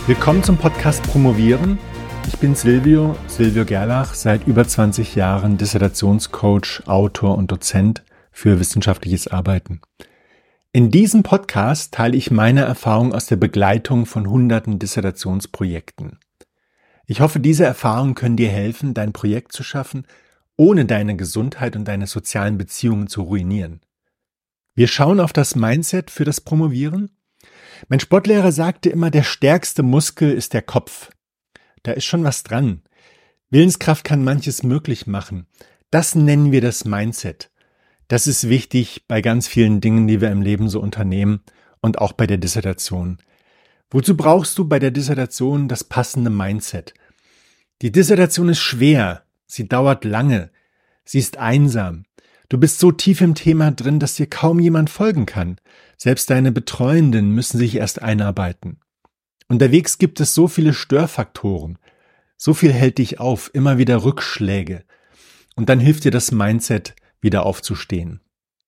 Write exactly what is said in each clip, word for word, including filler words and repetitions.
Willkommen zum Podcast Promovieren. Ich bin Silvio, Silvio Gerlach, seit über zwanzig Jahren Dissertationscoach, Autor und Dozent für wissenschaftliches Arbeiten. In diesem Podcast teile ich meine Erfahrung aus der Begleitung von hunderten Dissertationsprojekten. Ich hoffe, diese Erfahrungen können dir helfen, dein Projekt zu schaffen, ohne deine Gesundheit und deine sozialen Beziehungen zu ruinieren. Wir schauen auf das Mindset für das Promovieren. Mein Sportlehrer sagte immer, der stärkste Muskel ist der Kopf. Da ist schon was dran. Willenskraft kann manches möglich machen. Das nennen wir das Mindset. Das ist wichtig bei ganz vielen Dingen, die wir im Leben so unternehmen und auch bei der Dissertation. Wozu brauchst du bei der Dissertation das passende Mindset? Die Dissertation ist schwer, sie dauert lange, sie ist einsam. Du bist so tief im Thema drin, dass dir kaum jemand folgen kann. Selbst deine Betreuenden müssen sich erst einarbeiten. Unterwegs gibt es so viele Störfaktoren. So viel hält dich auf, immer wieder Rückschläge. Und dann hilft dir das Mindset, wieder aufzustehen.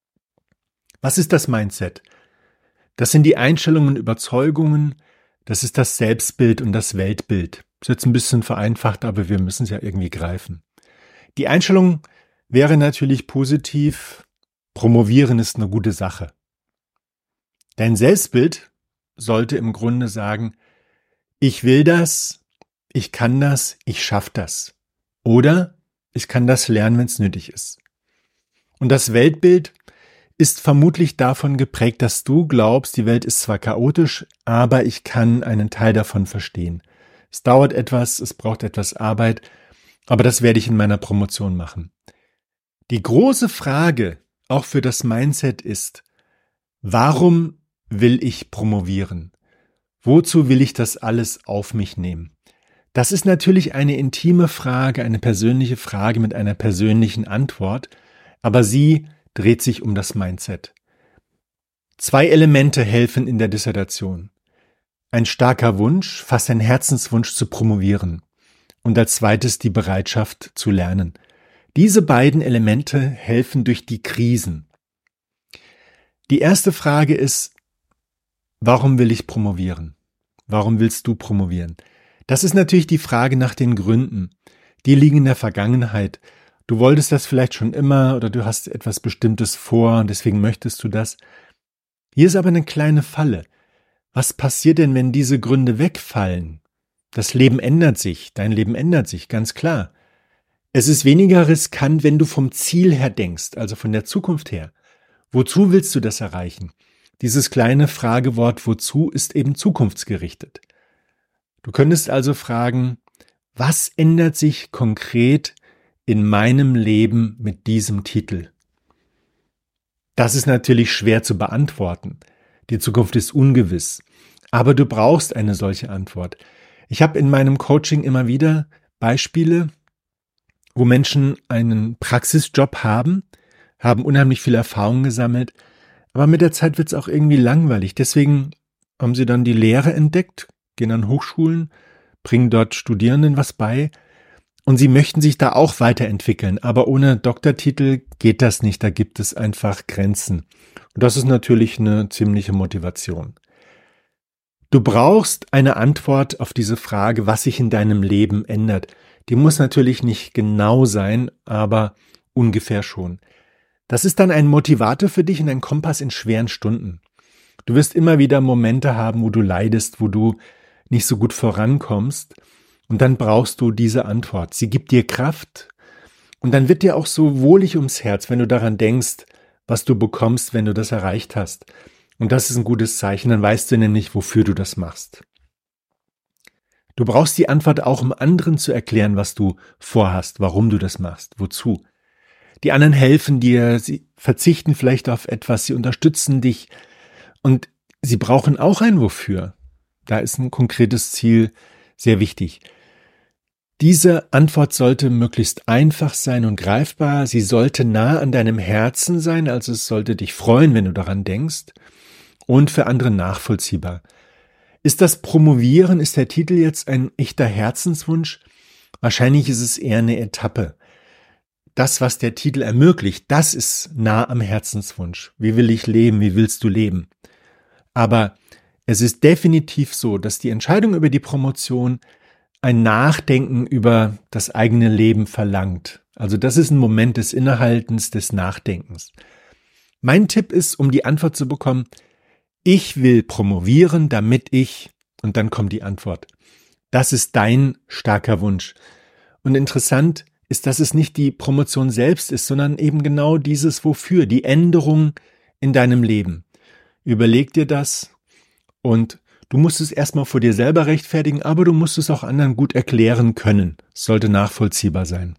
Was ist das Mindset? Das sind die Einstellungen und Überzeugungen, das ist das Selbstbild und das Weltbild. Das ist jetzt ein bisschen vereinfacht, aber wir müssen es ja irgendwie greifen. Die Einstellung wäre natürlich positiv, promovieren ist eine gute Sache. Dein Selbstbild sollte im Grunde sagen, ich will das, ich kann das, ich schaffe das. Oder ich kann das lernen, wenn es nötig ist. Und das Weltbild ist vermutlich davon geprägt, dass du glaubst, die Welt ist zwar chaotisch, aber ich kann einen Teil davon verstehen. Es dauert etwas, es braucht etwas Arbeit, aber das werde ich in meiner Promotion machen. Die große Frage, auch für das Mindset, ist, warum will ich promovieren? Wozu will ich das alles auf mich nehmen? Das ist natürlich eine intime Frage, eine persönliche Frage mit einer persönlichen Antwort, aber sie dreht sich um das Mindset. Zwei Elemente helfen in der Dissertation. Ein starker Wunsch, fast ein Herzenswunsch zu promovieren. Und als zweites die Bereitschaft zu lernen. Diese beiden Elemente helfen durch die Krisen. Die erste Frage ist, warum will ich promovieren? Warum willst du promovieren? Das ist natürlich die Frage nach den Gründen. Die liegen in der Vergangenheit. Du wolltest das vielleicht schon immer oder du hast etwas Bestimmtes vor und deswegen möchtest du das. Hier ist aber eine kleine Falle. Was passiert denn, wenn diese Gründe wegfallen? Das Leben ändert sich, dein Leben ändert sich, ganz klar. Es ist weniger riskant, wenn du vom Ziel her denkst, also von der Zukunft her. Wozu willst du das erreichen? Dieses kleine Fragewort wozu ist eben zukunftsgerichtet. Du könntest also fragen, was ändert sich konkret in meinem Leben mit diesem Titel? Das ist natürlich schwer zu beantworten. Die Zukunft ist ungewiss. Aber du brauchst eine solche Antwort. Ich habe in meinem Coaching immer wieder Beispiele, wo Menschen einen Praxisjob haben, haben unheimlich viel Erfahrung gesammelt, aber mit der Zeit wird es auch irgendwie langweilig. Deswegen haben sie dann die Lehre entdeckt, gehen an Hochschulen, bringen dort Studierenden was bei und sie möchten sich da auch weiterentwickeln, aber ohne Doktortitel geht das nicht, da gibt es einfach Grenzen. Und das ist natürlich eine ziemliche Motivation. Du brauchst eine Antwort auf diese Frage, was sich in deinem Leben ändert. Die muss natürlich nicht genau sein, aber ungefähr schon. Das ist dann ein Motivator für dich und ein Kompass in schweren Stunden. Du wirst immer wieder Momente haben, wo du leidest, wo du nicht so gut vorankommst und dann brauchst du diese Antwort. Sie gibt dir Kraft und dann wird dir auch so wohlig ums Herz, wenn du daran denkst, was du bekommst, wenn du das erreicht hast. Und das ist ein gutes Zeichen, dann weißt du nämlich, wofür du das machst. Du brauchst die Antwort auch, um anderen zu erklären, was du vorhast, warum du das machst, wozu. Die anderen helfen dir, sie verzichten vielleicht auf etwas, sie unterstützen dich und sie brauchen auch ein Wofür. Da ist ein konkretes Ziel sehr wichtig. Diese Antwort sollte möglichst einfach sein und greifbar. Sie sollte nah an deinem Herzen sein, also es sollte dich freuen, wenn du daran denkst und für andere nachvollziehbar. Ist das Promovieren, ist der Titel jetzt ein echter Herzenswunsch? Wahrscheinlich ist es eher eine Etappe. Das, was der Titel ermöglicht, das ist nah am Herzenswunsch. Wie will ich leben? Wie willst du leben? Aber es ist definitiv so, dass die Entscheidung über die Promotion ein Nachdenken über das eigene Leben verlangt. Also das ist ein Moment des Innehaltens, des Nachdenkens. Mein Tipp ist, um die Antwort zu bekommen, ich will promovieren, damit ich, und dann kommt die Antwort. Das ist dein starker Wunsch. Und interessant ist, dass es nicht die Promotion selbst ist, sondern eben genau dieses Wofür, die Änderung in deinem Leben. Überleg dir das und du musst es erstmal vor dir selber rechtfertigen, aber du musst es auch anderen gut erklären können. Es sollte nachvollziehbar sein.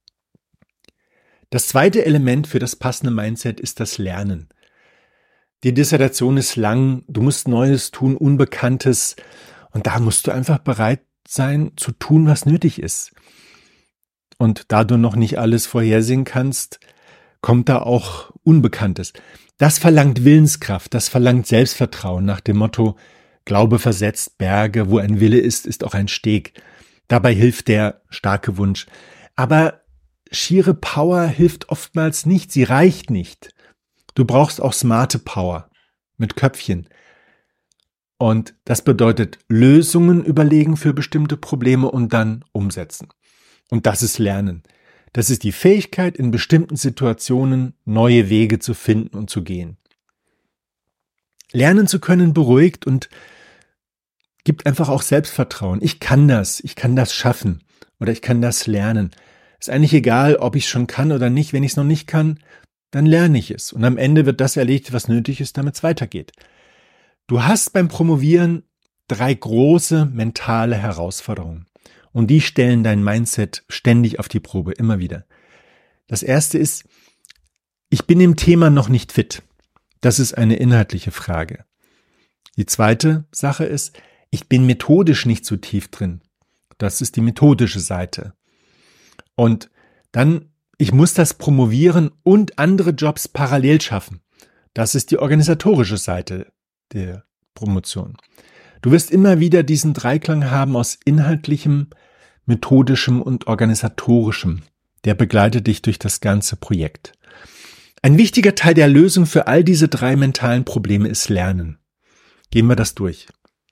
Das zweite Element für das passende Mindset ist das Lernen. Die Dissertation ist lang, du musst Neues tun, Unbekanntes und da musst du einfach bereit sein zu tun, was nötig ist. Und da du noch nicht alles vorhersehen kannst, kommt da auch Unbekanntes. Das verlangt Willenskraft, das verlangt Selbstvertrauen nach dem Motto, Glaube versetzt Berge, wo ein Wille ist, ist auch ein Steg. Dabei hilft der starke Wunsch. Aber schiere Power hilft oftmals nicht, sie reicht nicht. Du brauchst auch smarte Power mit Köpfchen. Und das bedeutet Lösungen überlegen für bestimmte Probleme und dann umsetzen. Und das ist Lernen. Das ist die Fähigkeit, in bestimmten Situationen neue Wege zu finden und zu gehen. Lernen zu können beruhigt und gibt einfach auch Selbstvertrauen. Ich kann das, ich kann das schaffen oder ich kann das lernen. Ist eigentlich egal, ob ich es schon kann oder nicht. Wenn ich es noch nicht kann, dann lerne ich es. Und am Ende wird das erledigt, was nötig ist, damit es weitergeht. Du hast beim Promovieren drei große mentale Herausforderungen. Und die stellen dein Mindset ständig auf die Probe, immer wieder. Das erste ist, ich bin im Thema noch nicht fit. Das ist eine inhaltliche Frage. Die zweite Sache ist, ich bin methodisch nicht so tief drin. Das ist die methodische Seite. Und dann, ich muss das promovieren und andere Jobs parallel schaffen. Das ist die organisatorische Seite der Promotion. Du wirst immer wieder diesen Dreiklang haben aus inhaltlichem, methodischem und organisatorischem. Der begleitet dich durch das ganze Projekt. Ein wichtiger Teil der Lösung für all diese drei mentalen Probleme ist Lernen. Gehen wir das durch.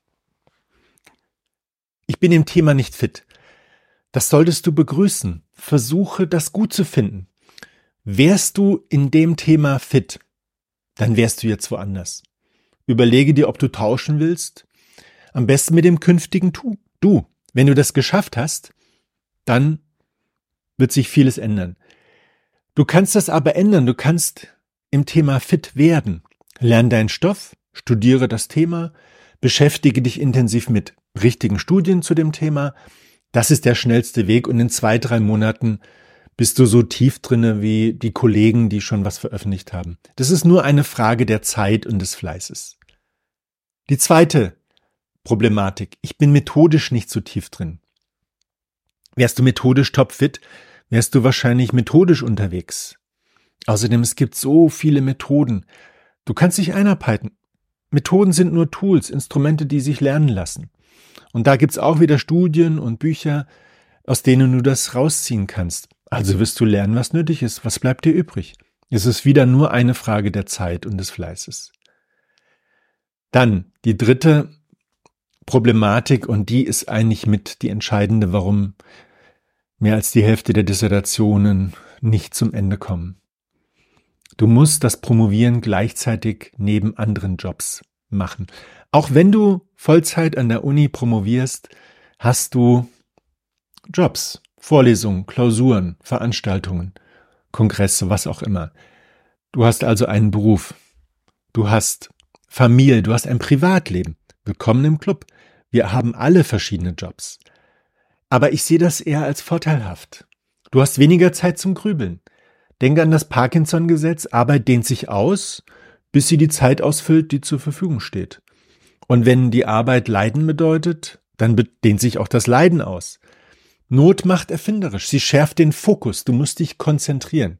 Ich bin im Thema nicht fit. Das solltest du begrüßen. Versuche, das gut zu finden. Wärst du in dem Thema fit, dann wärst du jetzt woanders. Überlege dir, ob du tauschen willst. Am besten mit dem künftigen Tu. Du, wenn du das geschafft hast, dann wird sich vieles ändern. Du kannst das aber ändern. Du kannst im Thema fit werden. Lern deinen Stoff, studiere das Thema, beschäftige dich intensiv mit richtigen Studien zu dem Thema. Das ist der schnellste Weg und in zwei, drei Monaten bist du so tief drinne wie die Kollegen, die schon was veröffentlicht haben. Das ist nur eine Frage der Zeit und des Fleißes. Die zweite Problematik. Ich bin methodisch nicht so tief drin. Wärst du methodisch topfit, wärst du wahrscheinlich methodisch unterwegs. Außerdem, es gibt so viele Methoden. Du kannst dich einarbeiten. Methoden sind nur Tools, Instrumente, die sich lernen lassen. Und da gibt's auch wieder Studien und Bücher, aus denen du das rausziehen kannst. Also wirst du lernen, was nötig ist. Was bleibt dir übrig? Es ist wieder nur eine Frage der Zeit und des Fleißes. Dann die dritte Problematik, und die ist eigentlich mit die entscheidende, warum mehr als die Hälfte der Dissertationen nicht zum Ende kommen. Du musst das Promovieren gleichzeitig neben anderen Jobs machen. Auch wenn du Vollzeit an der Uni promovierst, hast du Jobs, Vorlesungen, Klausuren, Veranstaltungen, Kongresse, was auch immer. Du hast also einen Beruf. Du hast Familie, du hast ein Privatleben. Willkommen im Club. Wir haben alle verschiedene Jobs. Aber ich sehe das eher als vorteilhaft. Du hast weniger Zeit zum Grübeln. Denke an das Parkinson-Gesetz, Arbeit dehnt sich aus, bis sie die Zeit ausfüllt, die zur Verfügung steht. Und wenn die Arbeit Leiden bedeutet, dann dehnt sich auch das Leiden aus. Not macht erfinderisch, sie schärft den Fokus, du musst dich konzentrieren.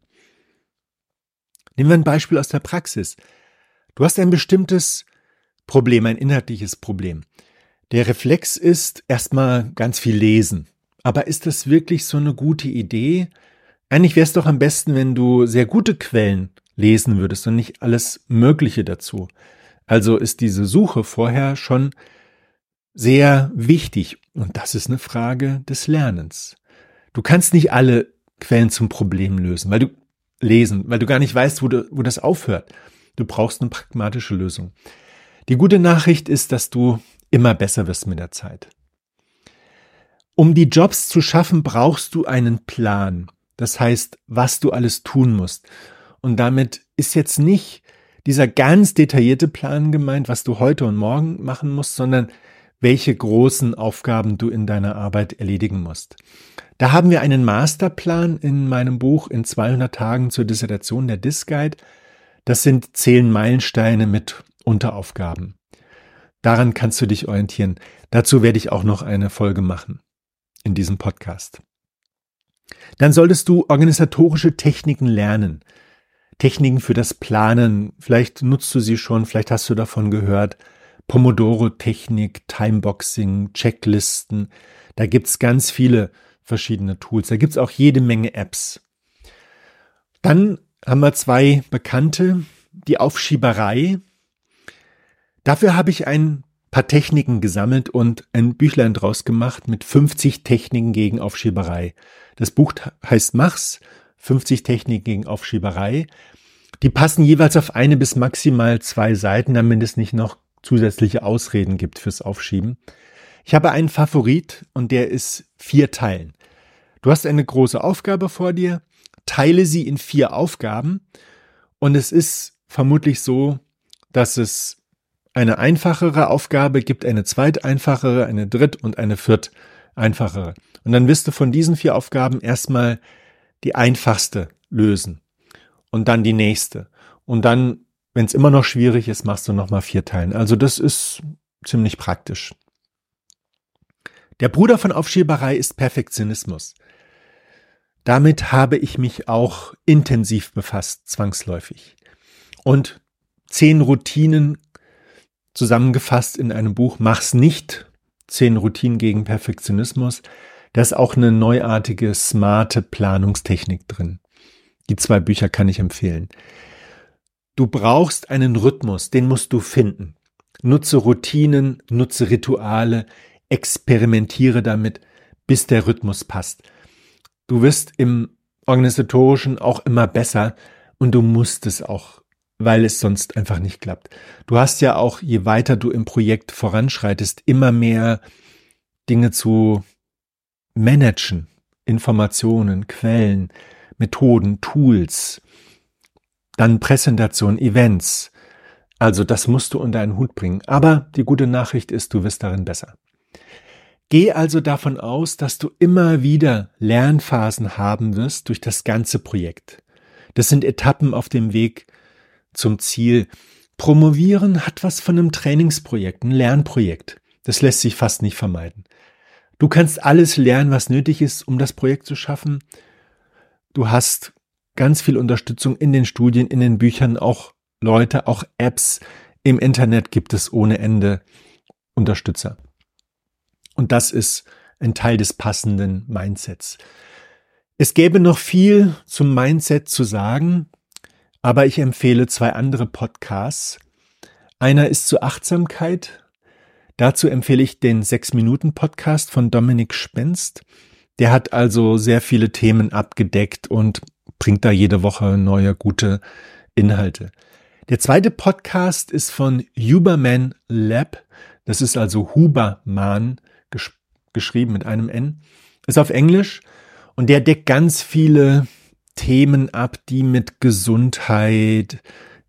Nehmen wir ein Beispiel aus der Praxis. Du hast ein bestimmtes Problem, ein inhaltliches Problem. Der Reflex ist erstmal ganz viel lesen. Aber ist das wirklich so eine gute Idee? Eigentlich wäre es doch am besten, wenn du sehr gute Quellen lesen würdest und nicht alles Mögliche dazu. Also ist diese Suche vorher schon sehr wichtig. Und das ist eine Frage des Lernens. Du kannst nicht alle Quellen zum Problem lösen, weil du lesen, weil du gar nicht weißt, wo, du, wo das aufhört. Du brauchst eine pragmatische Lösung. Die gute Nachricht ist, dass du immer besser wirst mit der Zeit. Um die Jobs zu schaffen, brauchst du einen Plan. Das heißt, was du alles tun musst. Und damit ist jetzt nicht dieser ganz detaillierte Plan gemeint, was du heute und morgen machen musst, sondern welche großen Aufgaben du in deiner Arbeit erledigen musst. Da haben wir einen Masterplan in meinem Buch in zweihundert Tagen zur Dissertation, der Dis-Guide. Das sind zehn Meilensteine mit Unteraufgaben. Daran kannst du dich orientieren. Dazu werde ich auch noch eine Folge machen in diesem Podcast. Dann solltest du organisatorische Techniken lernen. Techniken für das Planen. Vielleicht nutzt du sie schon, vielleicht hast du davon gehört. Pomodoro-Technik, Timeboxing, Checklisten. Da gibt's ganz viele verschiedene Tools. Da gibt's auch jede Menge Apps. Dann haben wir zwei Bekannte, die Aufschieberei. Dafür habe ich ein paar Techniken gesammelt und ein Büchlein draus gemacht mit fünfzig Techniken gegen Aufschieberei. Das Buch heißt Mach's, fünfzig Techniken gegen Aufschieberei. Die passen jeweils auf eine bis maximal zwei Seiten, damit es nicht noch zusätzliche Ausreden gibt fürs Aufschieben. Ich habe einen Favorit und der ist vier Teilen. Du hast eine große Aufgabe vor dir, teile sie in vier Aufgaben und es ist vermutlich so, dass es eine einfachere Aufgabe gibt, eine zweiteinfachere, eine dritt- und eine viert einfachere. Und dann wirst du von diesen vier Aufgaben erstmal die einfachste lösen und dann die nächste. Und dann, wenn es immer noch schwierig ist, machst du nochmal vier Teilen. Also das ist ziemlich praktisch. Der Bruder von Aufschieberei ist Perfektionismus. Damit habe ich mich auch intensiv befasst, zwangsläufig. Und zehn Routinen zusammengefasst in einem Buch, Mach's nicht, zehn Routinen gegen Perfektionismus. Da ist auch eine neuartige, smarte Planungstechnik drin. Die zwei Bücher kann ich empfehlen. Du brauchst einen Rhythmus, den musst du finden. Nutze Routinen, nutze Rituale, experimentiere damit, bis der Rhythmus passt. Du wirst im Organisatorischen auch immer besser und du musst es auch, weil es sonst einfach nicht klappt. Du hast ja auch, je weiter du im Projekt voranschreitest, immer mehr Dinge zu managen. Informationen, Quellen, Methoden, Tools, dann Präsentation, Events. Also das musst du unter einen Hut bringen. Aber die gute Nachricht ist, du wirst darin besser. Geh also davon aus, dass du immer wieder Lernphasen haben wirst durch das ganze Projekt. Das sind Etappen auf dem Weg zum Ziel. Promovieren hat was von einem Trainingsprojekt, ein Lernprojekt. Das lässt sich fast nicht vermeiden. Du kannst alles lernen, was nötig ist, um das Projekt zu schaffen. Du hast ganz viel Unterstützung in den Studien, in den Büchern, auch Leute, auch Apps. Im Internet gibt es ohne Ende Unterstützer. Und das ist ein Teil des passenden Mindsets. Es gäbe noch viel zum Mindset zu sagen, aber ich empfehle zwei andere Podcasts. Einer ist zur Achtsamkeit. Dazu empfehle ich den sechs Minuten Podcast von Dominik Spenst. Der hat also sehr viele Themen abgedeckt und bringt da jede Woche neue, gute Inhalte. Der zweite Podcast ist von Huberman Lab. Das ist also Huberman, gesch- geschrieben mit einem N. Ist auf Englisch und der deckt ganz viele Themen ab, die mit Gesundheit,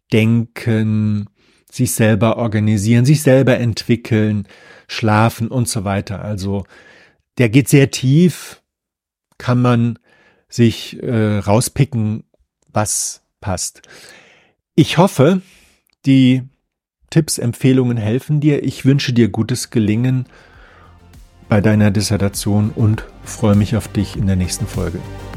Denken, sich selber organisieren, sich selber entwickeln, schlafen und so weiter. Also der geht sehr tief, kann man sich äh, rauspicken, was passt. Ich hoffe, die Tipps, Empfehlungen helfen dir. Ich wünsche dir gutes Gelingen bei deiner Dissertation und freue mich auf dich in der nächsten Folge.